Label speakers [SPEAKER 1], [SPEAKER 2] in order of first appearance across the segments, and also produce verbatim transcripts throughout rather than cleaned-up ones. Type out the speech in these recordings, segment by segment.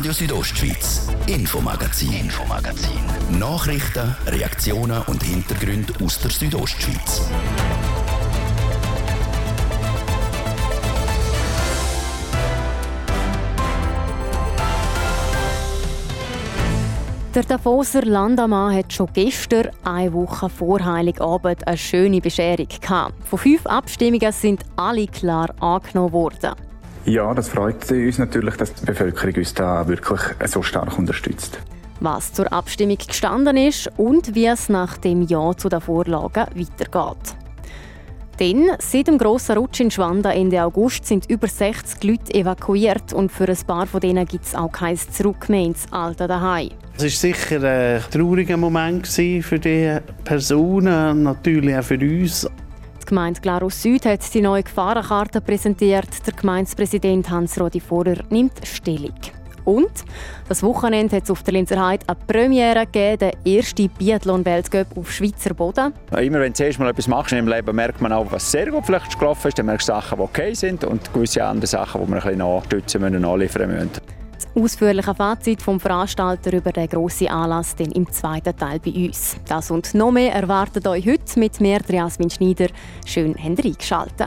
[SPEAKER 1] Radio Südostschweiz, Infomagazin. Infomagazin. Nachrichten, Reaktionen und Hintergründe aus der Südostschweiz.
[SPEAKER 2] Der Davoser Landamann hat schon gestern, eine Woche vor Heiligabend, eine schöne Bescherung gehabt. Von fünf Abstimmungen sind alle klar angenommen worden.
[SPEAKER 3] Ja, das freut uns natürlich, dass die Bevölkerung uns da wirklich so stark unterstützt.
[SPEAKER 2] Was zur Abstimmung gestanden ist und wie es nach dem Ja zu den Vorlagen weitergeht. Denn seit dem grossen Rutsch in Schwanda Ende August sind über sechzig Leute evakuiert und für ein paar von denen gibt es auch kein Zurück mehr ins alte Daheim.
[SPEAKER 4] Es war sicher ein trauriger Moment für die Personen, natürlich auch für uns.
[SPEAKER 2] Die Gemeinde Glarus Süd hat die neue Gefahrenkarte präsentiert. Der Gemeindepräsident Hans-Rodi Vorer nimmt Stellung. Und das Wochenende hat es auf der Linzer Heide eine Premiere gegeben, der erste Biathlon-Weltcup auf Schweizer Boden.
[SPEAKER 5] Immer wenn du zuerst mal etwas machst im Leben, merkt man auch, was sehr gut vielleicht gelaufen ist. Dann merkst du Sachen, die okay sind und gewisse andere Sachen, die wir ein bisschen nachstützen müssen, nachliefern müssen.
[SPEAKER 2] Das ausführliche Fazit vom Veranstalter über den grossen Anlass dann im zweiten Teil bei uns. Das und noch mehr erwartet euch heute mit mir, Jasmin Schneider. Schön, habt ihr eingeschaltet.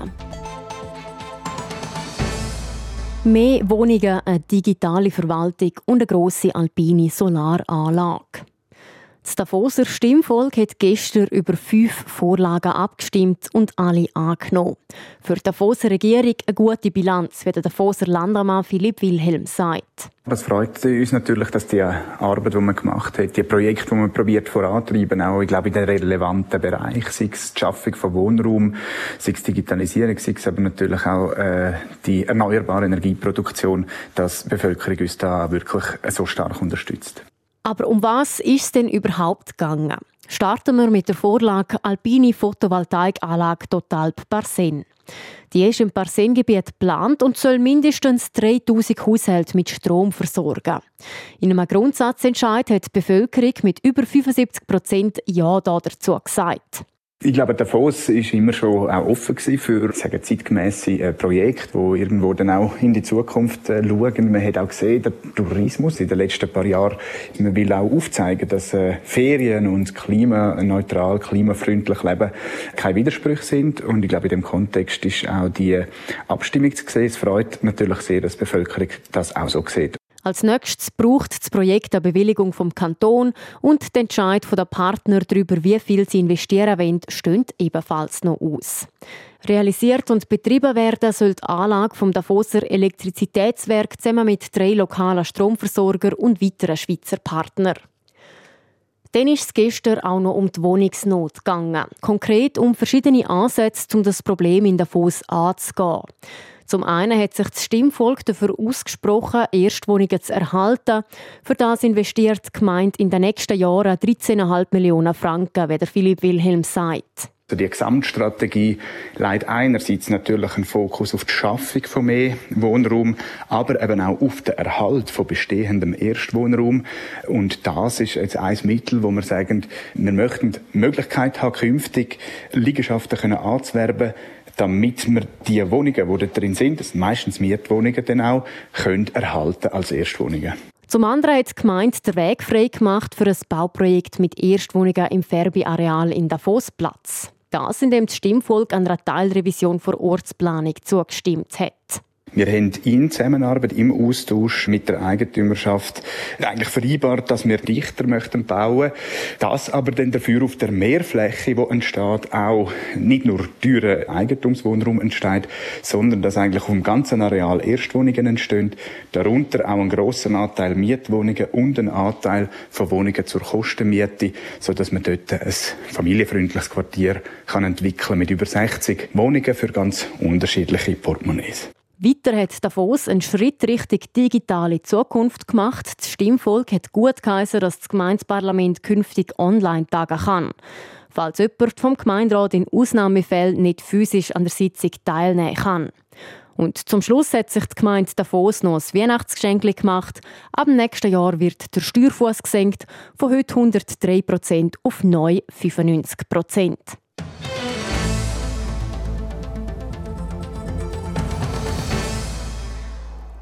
[SPEAKER 2] Mehr Wohnungen, eine digitale Verwaltung und eine grosse alpine Solaranlage. Das Davoser Stimmvolk hat gestern über fünf Vorlagen abgestimmt und alle angenommen. Für die Davoser Regierung eine gute Bilanz, wie der Davoser Landamann Philipp Wilhelm sagt.
[SPEAKER 3] Das freut uns natürlich, dass die Arbeit, die man gemacht hat, die Projekte, die man probiert vorantreiben, auch, ich glaube, in den relevanten Bereich, sei es die Schaffung von Wohnraum, sei es Digitalisierung, sei es aber natürlich auch äh, die erneuerbare Energieproduktion, dass die Bevölkerung uns da wirklich so stark unterstützt.
[SPEAKER 2] Aber um was ist es denn überhaupt gegangen? Starten wir mit der Vorlage Alpine Photovoltaikanlage Totalp Parsen. Die ist im Parsengebiet geplant und soll mindestens dreitausend Haushalte mit Strom versorgen. In einem Grundsatzentscheid hat die Bevölkerung mit über fünfundsiebzig Prozent Ja dazu gesagt.
[SPEAKER 3] Ich glaube, der Davos war immer schon auch offen für sagen, zeitgemässe Projekte, die irgendwo dann auch in die Zukunft äh, schauen. Man hat auch gesehen, der Tourismus in den letzten paar Jahren, man will auch aufzeigen, dass äh, Ferien und klimaneutral, klimafreundlich Leben keine Widersprüche sind. Und ich glaube, in dem Kontext ist auch die Abstimmung zu sehen. Es freut natürlich sehr, dass die Bevölkerung das auch so sieht.
[SPEAKER 2] Als nächstes braucht das Projekt eine Bewilligung vom Kanton und der Entscheid der Partner darüber, wie viel sie investieren wollen, steht ebenfalls noch aus. Realisiert und betrieben werden soll die Anlage vom Davoser Elektrizitätswerk zusammen mit drei lokalen Stromversorgern und weiteren Schweizer Partnern. Dann ist es gestern auch noch um die Wohnungsnot gegangen. Konkret um verschiedene Ansätze, um das Problem in Davos anzugehen. Zum einen hat sich das Stimmvolk dafür ausgesprochen, Erstwohnungen zu erhalten. Für das investiert die Gemeinde in den nächsten Jahren dreizehn Komma fünf Millionen Franken, wie der Philipp Wilhelm sagt.
[SPEAKER 3] Also die Gesamtstrategie legt einerseits natürlich einen Fokus auf die Schaffung von mehr Wohnraum, aber eben auch auf den Erhalt von bestehendem Erstwohnraum. Und das ist jetzt ein Mittel, wo wir sagen, wir möchten die Möglichkeit haben, künftig Liegenschaften können anzuwerben, damit wir die Wohnungen, die da drin sind, das sind meistens Mietwohnungen dann auch, können erhalten als Erstwohnungen.
[SPEAKER 2] Zum anderen hat die Gemeinde den Weg frei gemacht für ein Bauprojekt mit Erstwohnungen im Färbi-Areal in Davosplatz. Das, indem das Stimmvolk einer Teilrevision der Ortsplanung zugestimmt hat.
[SPEAKER 3] Wir haben in Zusammenarbeit, im Austausch mit der Eigentümerschaft eigentlich vereinbart, dass wir dichter möchten bauen. Das aber dann dafür auf der Mehrfläche, die entsteht, auch nicht nur teurer Eigentumswohnraum entsteht, sondern dass eigentlich auf dem ganzen Areal Erstwohnungen entstehen, darunter auch einen grossen Anteil Mietwohnungen und einen Anteil von Wohnungen zur Kostenmiete, sodass man dort ein familienfreundliches Quartier kann entwickeln mit über sechzig Wohnungen für ganz unterschiedliche Portemonnaies.
[SPEAKER 2] Weiter hat Davos einen Schritt Richtung digitale Zukunft gemacht. Das Stimmvolk hat gut geheissen, dass das Gemeindeparlament künftig online tagen kann. Falls jemand vom Gemeinderat in Ausnahmefällen nicht physisch an der Sitzung teilnehmen kann. Und zum Schluss hat sich die Gemeinde Davos noch ein Weihnachtsgeschenk gemacht. Ab dem nächsten Jahr wird der Steuerfuss gesenkt, von heute hundertdrei Prozent auf neu fünfundneunzig Prozent.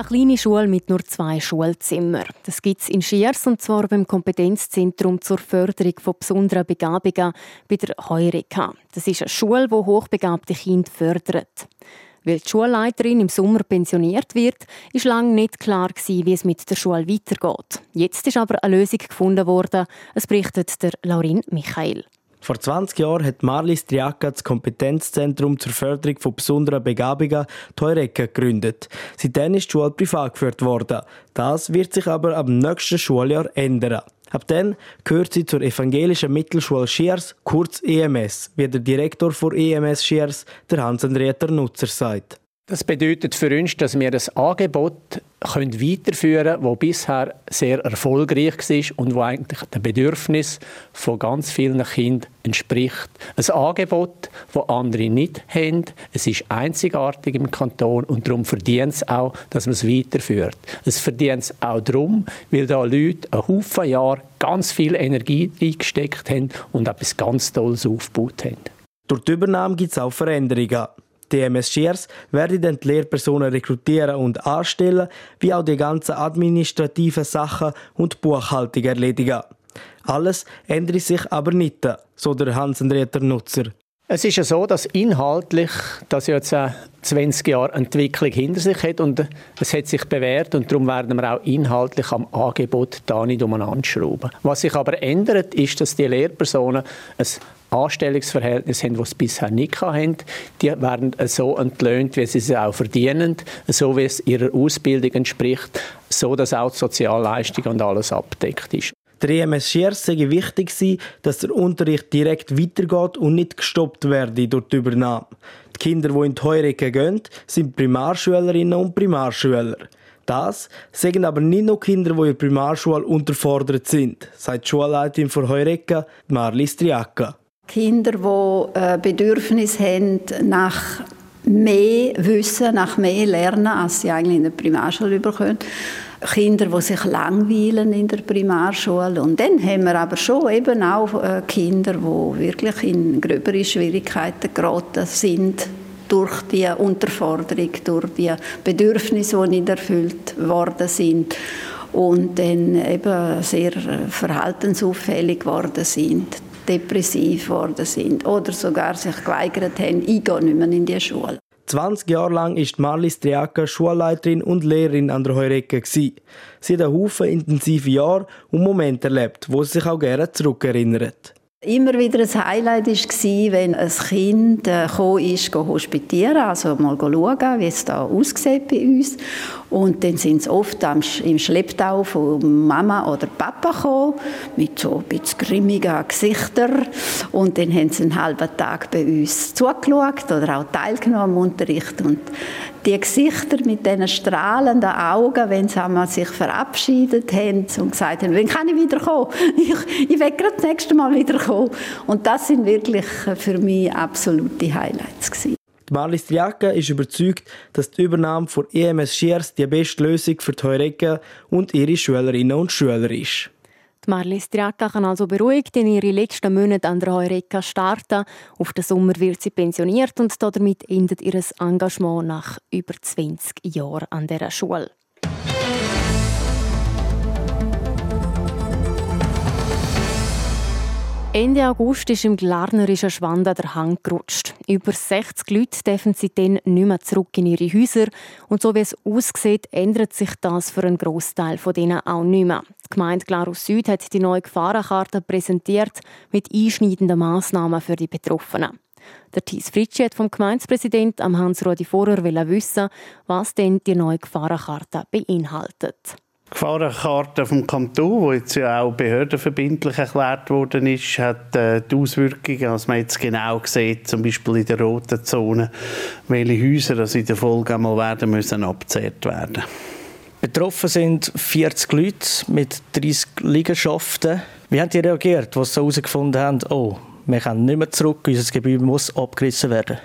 [SPEAKER 2] Eine kleine Schule mit nur zwei Schulzimmern. Das gibt es in Schiers, und zwar beim Kompetenzzentrum zur Förderung von besonderen Begabungen bei der Heureka. Das ist eine Schule, die hochbegabte Kinder fördert. Weil die Schulleiterin im Sommer pensioniert wird, war lange nicht klar, wie es mit der Schule weitergeht. Jetzt ist aber eine Lösung gefunden worden. Es berichtet der Laurin Michael.
[SPEAKER 6] Vor zwanzig Jahren hat Marlies Striaca das Kompetenzzentrum zur Förderung von besonderen Begabungen, die Heureka, gegründet. Seitdem ist die Schule privat geführt worden. Das wird sich aber ab dem nächsten Schuljahr ändern. Ab dann gehört sie zur Evangelischen Mittelschule Schiers, kurz E M S, wie der Direktor von E M S Schiers, der Hans-Andreas Nutzer, sagt.
[SPEAKER 7] Das bedeutet für uns, dass wir das Angebot können weiterführen können, das bisher sehr erfolgreich war und das eigentlich den Bedürfnissen von ganz vielen Kindern entspricht. Ein Angebot, das andere nicht haben. Es ist einzigartig im Kanton und darum verdient es auch, dass man es weiterführt. Es verdient es auch darum, weil da Leute einen Haufen Jahre ganz viel Energie eingesteckt haben und etwas ganz Tolles aufgebaut haben.
[SPEAKER 6] Durch die Übernahme gibt es auch Veränderungen. Die E M S Schiers werden dann die Lehrpersonen rekrutieren und anstellen, wie auch die ganzen administrativen Sachen und die Buchhaltung erledigen. Alles ändert sich aber nicht, so der Hans-Andreas Nutzer.
[SPEAKER 7] Es ist ja so, dass inhaltlich das jetzt zwanzig Jahre Entwicklung hinter sich hat und es hat sich bewährt und darum werden wir auch inhaltlich am Angebot da nicht umeinander schrauben. Was sich aber ändert, ist, dass die Lehrpersonen ein Anstellungsverhältnis haben, das sie bisher nicht hatten. Die werden so entlöhnt, wie sie es auch verdienen, so wie es ihrer Ausbildung entspricht, so dass auch die Sozialleistung und alles abdeckt ist.
[SPEAKER 6] Der E M S Schiers sei wichtig, dass der Unterricht direkt weitergeht und nicht gestoppt werde durch die Übernahme. Die Kinder, die in die Heureka gehen, sind Primarschülerinnen und Primarschüler. Das sagen aber nicht nur Kinder, die in der Primarschule unterfordert sind, sagt die Schulleiterin von Heureka, Marlies Striaca.
[SPEAKER 8] Kinder, die äh, Bedürfnisse haben nach mehr Wissen, nach mehr Lernen, als sie eigentlich in der Primarschule bekommen. Kinder, die sich langweilen in der Primarschule. Und dann haben wir aber schon eben auch äh, Kinder, die wirklich in gröbere Schwierigkeiten geraten sind durch die Unterforderung, durch die Bedürfnisse, die nicht erfüllt worden sind und dann eben sehr verhaltensauffällig geworden sind, depressiv geworden sind oder sogar sich geweigert haben, ich gehe nicht mehr in die Schule.
[SPEAKER 6] zwanzig Jahre lang ist Marlies Striaca Schulleiterin und Lehrerin an der Heureka. Sie hat einen Haufen intensive Jahre und Momente erlebt, wo sie sich auch gerne zurückerinnert.
[SPEAKER 8] Immer wieder ein Highlight war, wenn ein Kind gekommen ist, hospitieren, also mal schauen, wie es da aussieht bei uns. Und dann sind sie oft im Schlepptau von Mama oder Papa gekommen, mit so ein bisschen grimmigen Gesichtern. Und dann haben sie einen halben Tag bei uns zugeschaut oder auch teilgenommen am Unterricht. Und die Gesichter mit diesen strahlenden Augen, wenn sie einmal sich verabschiedet haben und gesagt haben, wann kann ich wiederkommen? Ich, ich will gerade das nächste Mal wiederkommen. Und das sind wirklich für mich absolute Highlights gewesen.
[SPEAKER 6] Marlies Striaca ist überzeugt, dass die Übernahme von E M S Schiers die beste Lösung für die Heureka und ihre Schülerinnen und Schüler ist.
[SPEAKER 2] Die Marlies Striaca kann also beruhigt in ihre letzten Monate an der Heureka starten. Auf den Sommer wird sie pensioniert und damit endet ihr Engagement nach über zwanzig Jahren an dieser Schule. Ende August ist im glarnerischen Schwanda der Hang gerutscht. Über sechzig Leute dürfen seitdem nicht mehr zurück in ihre Häuser. Und so wie es aussieht, ändert sich das für einen Grossteil von denen auch nicht mehr. Die Gemeinde Glarus Süd hat die neue Gefahrenkarte präsentiert mit einschneidenden Massnahmen für die Betroffenen. Der Thies Fritschi hat vom Gemeindepräsidenten Hans-Rudi Vorer wissen, was denn die neue Gefahrenkarte beinhaltet.
[SPEAKER 4] Die Gefahrenkarte vom Kanton, die jetzt ja auch behördenverbindlich erklärt worden ist, hat äh, die Auswirkungen, als man jetzt genau sieht, zum Beispiel in der roten Zone, welche Häuser das in der Folge einmal werden müssen abgezehrt werden.
[SPEAKER 9] Betroffen sind vierzig Leute mit dreissig Liegenschaften. Wie haben die reagiert, als sie herausgefunden haben, oh, wir können nicht mehr zurück, unser Gebäude muss abgerissen werden?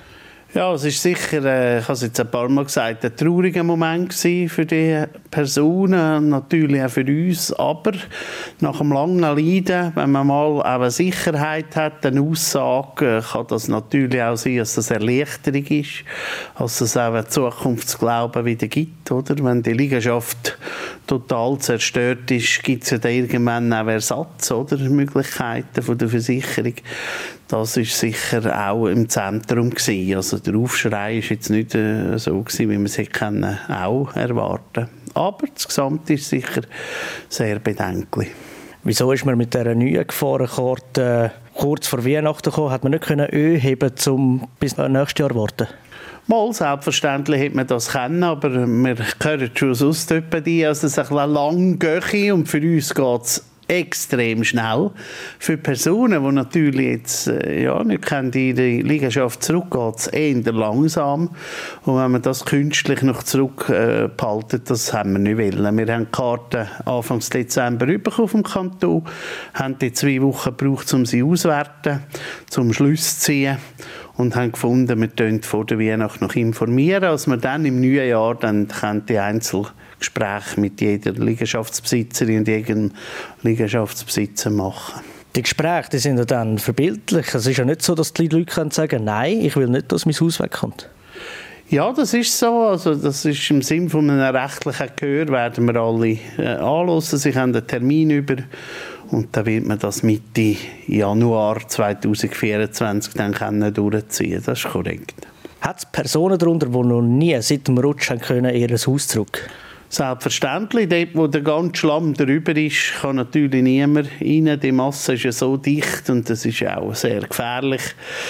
[SPEAKER 4] Ja, es ist sicher, äh, ich habe es jetzt ein paar Mal gesagt, ein trauriger Moment für die Personen, natürlich auch für uns, aber nach einem langen Leiden, wenn man mal auch eine Sicherheit hat, eine Aussage, kann das natürlich auch sein, dass das Erleichterung ist, dass es auch einen Zukunftsglauben wieder gibt, oder? Wenn die Liegenschaft total zerstört ist, gibt es ja dann irgendwann auch Ersatz, oder? Möglichkeiten von der Versicherung. Das war sicher auch im Zentrum gewesen. Also der Aufschrei war jetzt nicht äh, so gewesen, wie man es hätte auch erwarten. Aber das Gesamte ist sicher sehr bedenklich.
[SPEAKER 9] Wieso ist man mit dieser neuen Gefahrenkarte äh, kurz vor Weihnachten gekommen? Hat man nicht können Ö heben, um bis nächstes Jahr zu warten?
[SPEAKER 4] Mal, selbstverständlich hätte man das können, aber wir hören schon sonst etwa die, dass es ein bisschen lang geht und für uns geht es extrem schnell. Für Personen, die natürlich jetzt äh, ja, nicht in die Liegenschaft zurückgehen, geht es eher langsam. Und wenn man das künstlich noch zurückbehalten, äh, das haben wir nicht wollen. Wir haben die Karten Anfang Dezember bekommen vom Kanton, haben die zwei Wochen gebraucht, um sie auszuwerten, zum Schluss zu ziehen. Und haben gefunden, wir könnten vor der Weihnacht noch informieren, als wir dann im neuen Jahr dann die Einzelgespräche mit jeder Liegenschaftsbesitzerin und jedem Liegenschaftsbesitzer machen.
[SPEAKER 9] Die Gespräche, die sind ja dann verbildlich. Es ist ja nicht so, dass die Leute können sagen, nein, ich will nicht, dass mein Haus wegkommt.
[SPEAKER 4] Ja, das ist so. Also, das ist im Sinne von einem rechtlichen Gehör, werden wir alle äh, anhören. Sie haben einen Termin über. Und dann wird man das Mitte Januar zweitausendvierundzwanzig dann können durchziehen. Das ist korrekt.
[SPEAKER 9] Hat es Personen darunter, die noch nie seit dem Rutsch haben können, ihr Haus zurück?
[SPEAKER 4] Selbstverständlich. Dort, wo der ganze Schlamm drüber ist, kann natürlich niemand rein. Die Masse ist ja so dicht und das ist auch sehr gefährlich.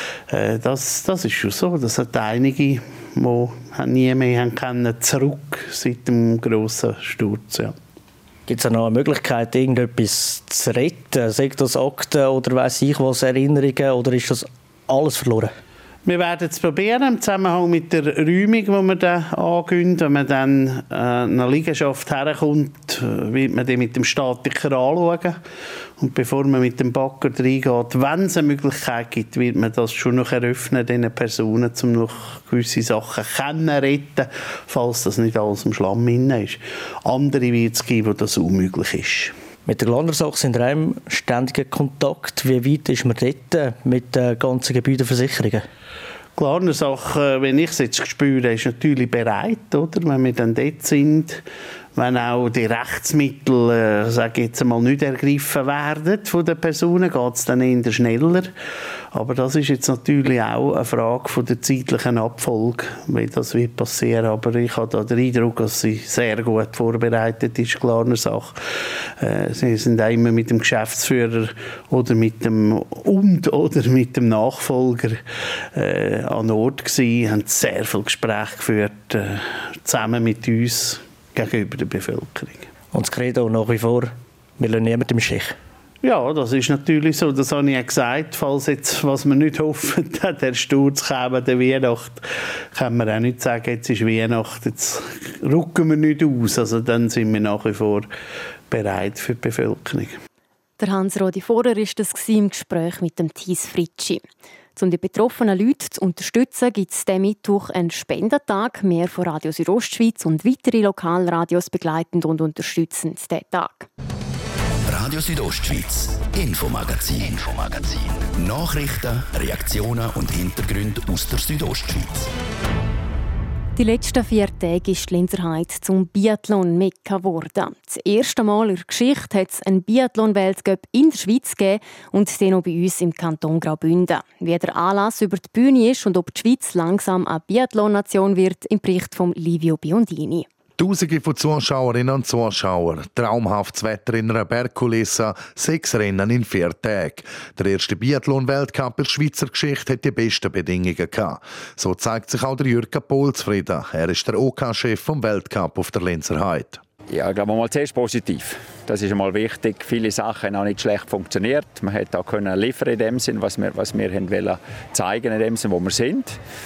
[SPEAKER 4] Äh, das, das ist schon so. Das hat einige, die nie mehr haben können, zurück seit dem grossen Sturz. Ja.
[SPEAKER 9] Gibt es noch eine Möglichkeit, irgendetwas zu retten? Sei das Akten oder weiss ich was, Erinnerungen, oder ist das alles verloren?
[SPEAKER 4] Wir werden es probieren, im Zusammenhang mit der Räumung, die wir dann angehen. Wenn man dann äh, eine Liegenschaft herkommt, wird man die mit dem Statiker anschauen. Und bevor man mit dem Bagger reingeht, wenn es eine Möglichkeit gibt, wird man das schon noch eröffnen, diesen Personen, um noch gewisse Sachen können retten, falls das nicht alles im Schlamm drin ist. Andere wird es geben, wo das unmöglich ist.
[SPEAKER 9] Mit der Glarnersache sind wir im ständigen Kontakt. Wie weit ist man dort mit den ganzen Gebäudeversicherungen?
[SPEAKER 4] Glarnersache, wenn ich es jetzt spüre, ist natürlich bereit, oder? Wenn wir dann dort sind, wenn auch die Rechtsmittel, äh, sage ich jetzt einmal, nicht ergriffen werden von den Personen, geht es dann eher schneller. Aber das ist jetzt natürlich auch eine Frage von der zeitlichen Abfolge, wie das wird passieren. Aber ich habe da den Eindruck, dass sie sehr gut vorbereitet ist, Glarnersache. Äh, sie sind auch immer mit dem Geschäftsführer oder mit dem und oder mit dem Nachfolger äh, an Ort gewesen, haben sehr viele Gespräche geführt, äh, zusammen mit uns gegenüber der Bevölkerung.
[SPEAKER 9] Und das Credo nach wie vor, wir lassen niemanden im Stich.
[SPEAKER 4] Ja, das ist natürlich so. Das habe ich ja gesagt. Falls jetzt, was wir nicht hoffen, der Sturz käme, der Weihnacht, kann man auch nicht sagen, jetzt ist Weihnacht, jetzt rücken wir nicht aus. Also dann sind wir nach wie vor bereit für die Bevölkerung.
[SPEAKER 2] Der Hans-Rodi Vorer war das im Gespräch mit dem Thies Fritschi. Um die betroffenen Leute zu unterstützen, gibt es diesen Mittwoch einen Spendentag. Mehr von Radio Südostschweiz und weitere Lokalradios begleitend und unterstützend diesen Tag.
[SPEAKER 1] Radio Südostschweiz, Infomagazin. Infomagazin. Nachrichten, Reaktionen und Hintergründe aus der Südostschweiz.
[SPEAKER 2] Die letzten vier Tage ist die Lenzerheide zum Biathlon-Mekka geworden. Das erste Mal in der Geschichte hat es einen Biathlon-Weltcup in der Schweiz gegeben und den auch bei uns im Kanton Graubünden. Wie der Anlass über die Bühne ist und ob die Schweiz langsam eine Biathlon-Nation wird, im Bericht von Livio Biondini.
[SPEAKER 10] Tausende von Zuschauerinnen und Zuschauern, traumhaftes Wetter in einer Bergkulisse, sechs Rennen in vier Tagen. Der erste Biathlon-Weltcup in der Schweizer Geschichte hat die besten Bedingungen gehabt. So zeigt sich auch der Jürgen Pohl zufrieden. Er ist der O K-Chef vom Weltcup auf der Lenzerheide.
[SPEAKER 5] Ja, ich glaube mal zuerst positiv. Das ist einmal wichtig. Viele Sachen haben auch nicht schlecht funktioniert. Man hätte auch können liefern in dem Sinn, was wir, was wir wollen zeigen in dem Sinn, wo wir sind.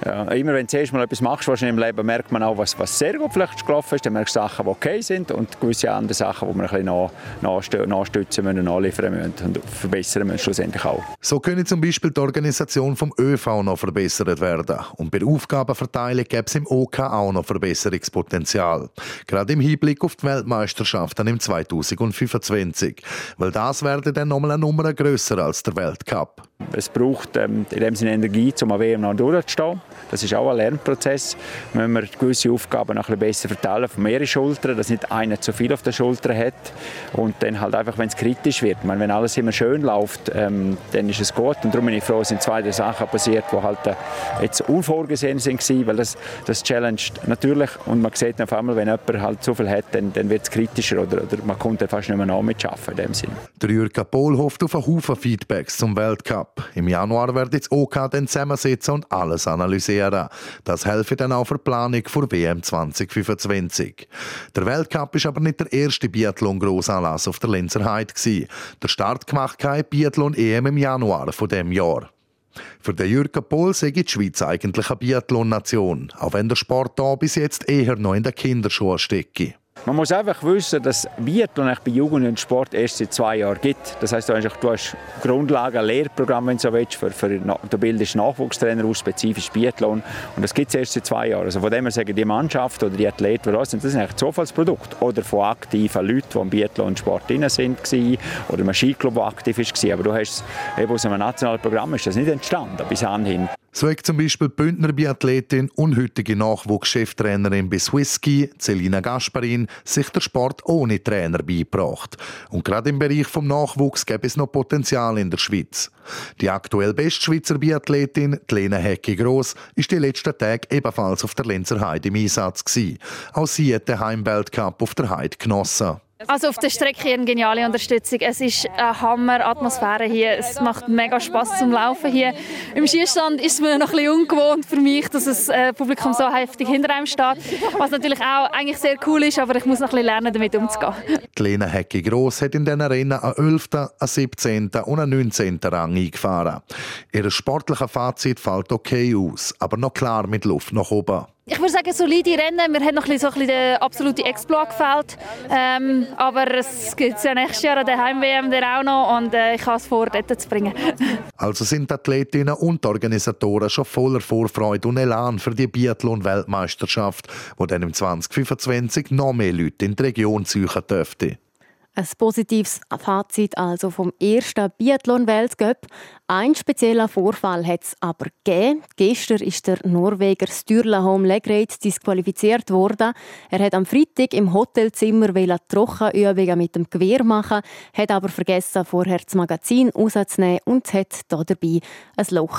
[SPEAKER 5] Ja, immer wenn du zuerst mal etwas machst, was im Leben, merkt man auch, was, was sehr gut vielleicht gelaufen ist. Dann merkst du Sachen, die okay sind und gewisse andere Sachen, die wir ein bisschen nach, nachstützen müssen, nachliefern müssen und verbessern müssen schlussendlich auch.
[SPEAKER 10] So könne zum Beispiel die Organisation vom ÖV noch verbessert werden. Und bei der Aufgabenverteilung gäbe es im OK auch noch Verbesserungspotenzial. Gerade im Hinblick auf die Weltmeisterschaften im zweitausendfünfundzwanzig. Weil das werde dann nochmal eine Nummer grösser als der Weltcup.
[SPEAKER 5] Es braucht ähm, in dem Sinne Energie, um an W M noch durchzustehen. Das ist auch ein Lernprozess. Wenn wir gewisse Aufgaben noch ein bisschen besser verteilen, von mehreren Schultern, dass nicht einer zu viel auf der Schulter hat. Und dann halt einfach, wenn es kritisch wird. Ich meine, wenn alles immer schön läuft, ähm, dann ist es gut. Und darum bin ich froh, es sind zwei, drei Sachen passiert, die halt äh, jetzt unvorgesehen sind, weil das, das challenged natürlich. Und man sieht auf einmal, wenn jemand halt zu viel hat, dann, dann wird es kritischer oder, oder man kommt dann fast nicht mehr nach mit Arbeiten in dem Sinn.
[SPEAKER 10] Der Jürgen Pohl hofft auf einen Haufen Feedbacks zum Weltcup. Im Januar wird jetzt OK dann zusammensitzen und alles analysieren. Das helfe dann auch für die Planung für W M zwanzig fünfundzwanzig. Der Weltcup ist aber nicht der erste Biathlon-Grossanlass auf der Lenzer Heide gewesen. Der Start gemacht hat Biathlon-E M im Januar von diesem Jahr. Für den Jürgen Pohl sei die Schweiz eigentlich eine Biathlon-Nation, auch wenn der Sport hier bis jetzt eher noch in den Kinderschuhen stecke.
[SPEAKER 5] Man muss einfach wissen, dass Biathlon bei Jugend und Sport erst seit zwei Jahren gibt. Das heisst, du hast Grundlagen, ein Lehrprogramm, wenn du so willst, für, für, du bildest Nachwuchstrainer aus, spezifisch Biathlon. Und das gibt es erst seit zwei Jahren. Also von dem her sagen die Mannschaft oder die Athleten, die da sind, das sind eigentlich Zufallsprodukt. Oder von aktiven Leuten, die im Biathlon und Sport drin sind, oder im Skiclub, der aktiv war. Aber du hast eben aus einem nationalen Programm ist das nicht entstanden bis anhin.
[SPEAKER 10] So hat zum Beispiel die Bündner Biathletin und heutige Nachwuchscheftrainerin bei Swisski, Celina Gasparin, sich der Sport ohne Trainer beigebracht. Und gerade im Bereich des Nachwuchs gäbe es noch Potenzial in der Schweiz. Die aktuell beste Schweizer Biathletin, Lena Hecki-Gross, ist die letzten Tage ebenfalls auf der Lenzer Heide im Einsatz gewesen. Auch sie hat den Heimweltcup auf der Heide genossen.
[SPEAKER 11] Also auf der Strecke eine geniale Unterstützung. Es ist eine Hammer-Atmosphäre hier. Es macht mega Spass zum Laufen hier. Im Skistand ist es mir noch ein bisschen ungewohnt für mich, dass das äh, Publikum so heftig hinter einem steht. Was natürlich auch eigentlich sehr cool ist, aber ich muss noch ein bisschen lernen, damit umzugehen.
[SPEAKER 10] Die Lena Hecki-Gross hat in diesen Rennen einen elften, einen siebzehnten und einen neunzehnten Rang eingefahren. Ihr sportliches Fazit fällt okay aus, aber noch klar mit Luft nach oben.
[SPEAKER 11] Ich würde sagen, solide Rennen. Mir hat noch ein bisschen, so ein bisschen der absolute Exploit gefällt. Ähm, aber es gibt ja nächstes Jahr an der Heim-W M auch noch und äh, ich habe es vor, dort zu bringen.
[SPEAKER 10] Also sind die Athletinnen und die Organisatoren schon voller Vorfreude und Elan für die Biathlon-Weltmeisterschaft, die dann im zwanzig fünfundzwanzig noch mehr Leute in die Region ziehen dürfte.
[SPEAKER 2] Ein positives Fazit also vom ersten Biathlon-Weltcup. Ein spezieller Vorfall hat es aber gegeben. Gestern ist der Norweger Sturla Holm Legreit disqualifiziert worden. Er hat am Freitag im Hotelzimmer Trockenübungen mit dem Gewehr machen, hat aber vergessen, vorher das Magazin rauszunehmen und hat dabei ein Loch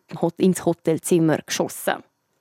[SPEAKER 2] ins Hotelzimmer geschossen.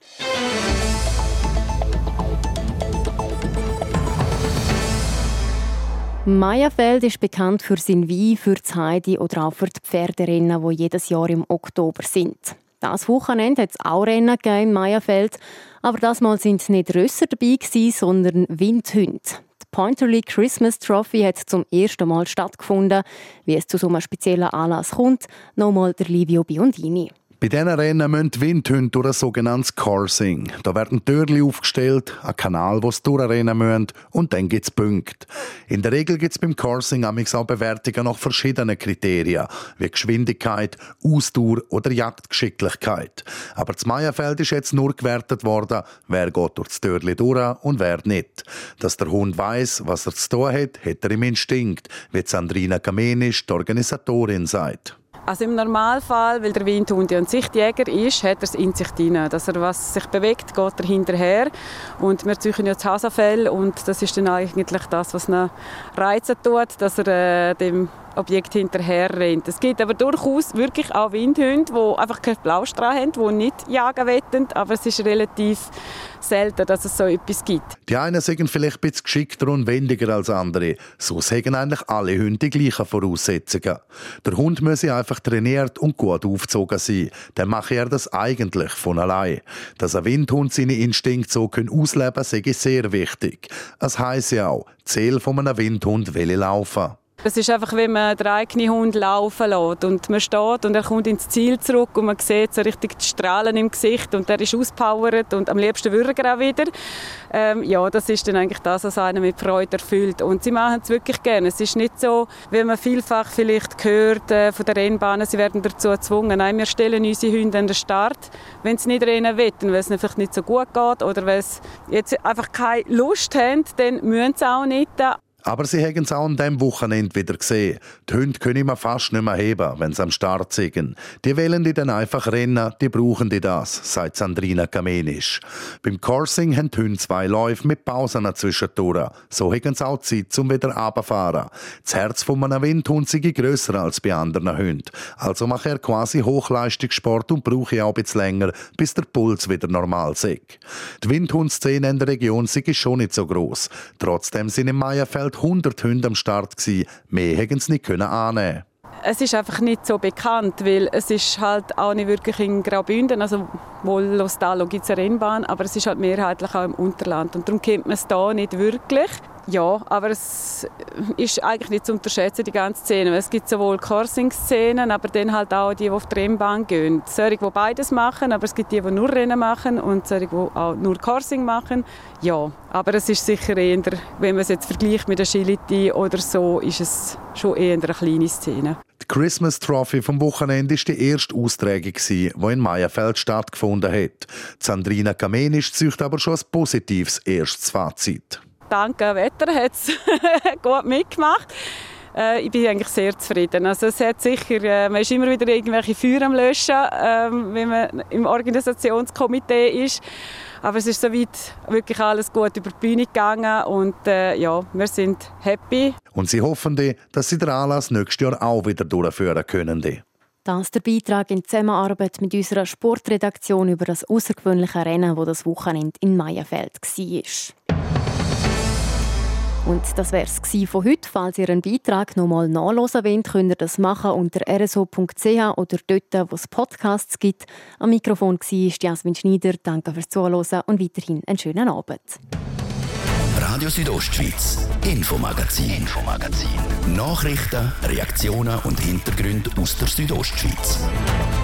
[SPEAKER 2] Mayerfeld ist bekannt für seinen Wein, für das Heidi oder auch für die Pferderennen, die jedes Jahr im Oktober sind. Das Wochenende hat es auch Rennen in Mayerfeld, aber das Mal sind nicht Rösser dabei gewesen, sondern Windhunde. Die Pointer League Christmas Trophy hat zum ersten Mal stattgefunden. Wie es zu so einem speziellen Anlass kommt, nochmal der Livio Biondini.
[SPEAKER 10] Bei diesen Rennen müssen die Windhunde durch ein sogenanntes Coursing. Da werden Türchen aufgestellt, ein Kanal, wo sie durchrennen müssen, und dann gibt es Punkte. In der Regel gibt es beim Coursing auch Bewertungen nach verschiedenen Kriterien, wie Geschwindigkeit, Ausdauer oder Jagdgeschicklichkeit. Aber das Mayerfeld ist jetzt nur gewertet worden, wer geht durch das Türchen durch und wer nicht. Dass der Hund weiss, was er zu tun hat, hat er im Instinkt, wie Sandrina Kamenisch, die Organisatorin, sagt.
[SPEAKER 12] Also im Normalfall, weil der Windhund ja ein Sichtjäger ist, hat er es in sich drin. Dass er was sich bewegt, geht er hinterher. Und wir züchten ja das Hasafell und das ist dann eigentlich das, was ihn reizen tut, dass er äh, dem Objekt hinterher rennt. Es gibt aber durchaus wirklich auch Windhunde, die einfach keinen Blaustrahl haben, die nicht jagen wollen, aber es ist relativ selten, dass es so etwas gibt.
[SPEAKER 10] Die einen sind vielleicht ein bisschen geschickter und wendiger als andere. So sagen eigentlich alle Hunde die gleichen Voraussetzungen. Der Hund muss einfach trainiert und gut aufgezogen sein. Dann mache er das eigentlich von allein. Dass ein Windhund seine Instinkte so ausleben kann, ist sehr wichtig. Es heisst ja auch, Ziel von einem Windhund will laufen.
[SPEAKER 12] Es ist einfach, wenn man den eigenen Hund laufen lässt und man steht und er kommt ins Ziel zurück und man sieht so richtig die Strahlen im Gesicht und er ist auspowert und am liebsten würde er auch wieder. Ähm, ja, das ist dann eigentlich das, was einen mit Freude erfüllt. Und sie machen es wirklich gerne. Es ist nicht so, wie man vielfach vielleicht hört äh, von der Rennbahn, sie werden dazu gezwungen. Nein, wir stellen unsere Hunde an den Start, wenn sie nicht rennen wollen, weil es einfach nicht so gut geht oder weil sie jetzt einfach keine Lust haben, dann müssen sie auch nicht.
[SPEAKER 10] Aber sie haben es auch an diesem Wochenende wieder gesehen. Die Hunde können wir fast nicht mehr heben, wenn sie am Start sind. Die wollen die dann einfach rennen, die brauchen die das, sagt Sandrina Kamenisch. Beim Coursing haben die Hunde zwei Läufe mit Pausen zwischendurch. So haben sie auch Zeit, um wieder runterzufahren. Das Herz von einem Windhund sei grösser als bei anderen Hunden. Also mache er quasi Hochleistungssport und brauche auch ein bisschen länger, bis der Puls wieder normal sei. Die Windhundszene in der Region sei schon nicht so gross. Trotzdem sind im Meierfeld hundert Hunde am Start gsi. Mehr hätten sie nicht annehmen.
[SPEAKER 12] Es ist einfach nicht so bekannt, weil es ist halt auch nicht wirklich in Graubünden, also wohl Lostalo gibt es eine Rennbahn, aber es ist halt mehrheitlich auch im Unterland und darum kennt man es da nicht wirklich. Ja, aber es ist eigentlich nicht zu unterschätzen, die ganze Szene. Es gibt sowohl Coursing-Szenen, aber dann halt auch die, die auf die Rennbahn gehen. Solche, die beides machen, aber es gibt die, die nur Rennen machen und solche, die auch nur Coursing machen. Ja, aber es ist sicher eher, wenn man es jetzt vergleicht mit der Agility oder so, ist es schon eher eine kleine Szene.
[SPEAKER 10] Die Christmas Trophy vom Wochenende war die erste Austragung, die in Meierfeld stattgefunden hat. Sandrina Kamenisch zieht aber schon ein positives erstes Fazit.
[SPEAKER 12] Dank dem Wetter hat es gut mitgemacht. Äh, ich bin eigentlich sehr zufrieden. Also es hat sicher, äh, man ist immer wieder irgendwelche Feuer am Löschen, äh, wenn man im Organisationskomitee ist. Aber es ist soweit wirklich alles gut über die Bühne gegangen und äh, ja, wir sind happy.
[SPEAKER 10] Und sie hoffen, dass sie den Anlass nächstes Jahr auch wieder durchführen können.
[SPEAKER 2] Das ist der Beitrag in Zusammenarbeit mit unserer Sportredaktion über das außergewöhnliche Rennen, das das Wochenende in Meierfeld war. Und das war es von heute. Falls ihr einen Beitrag noch mal nachhören wollt, könnt ihr das machen unter r s o punkt c h oder dort, wo es Podcasts gibt. Am Mikrofon war Jasmin Schneider. Danke fürs Zuhören und weiterhin einen schönen Abend.
[SPEAKER 1] Radio Südostschweiz, Infomagazin. Infomagazin. Nachrichten, Reaktionen und Hintergründe aus der Südostschweiz.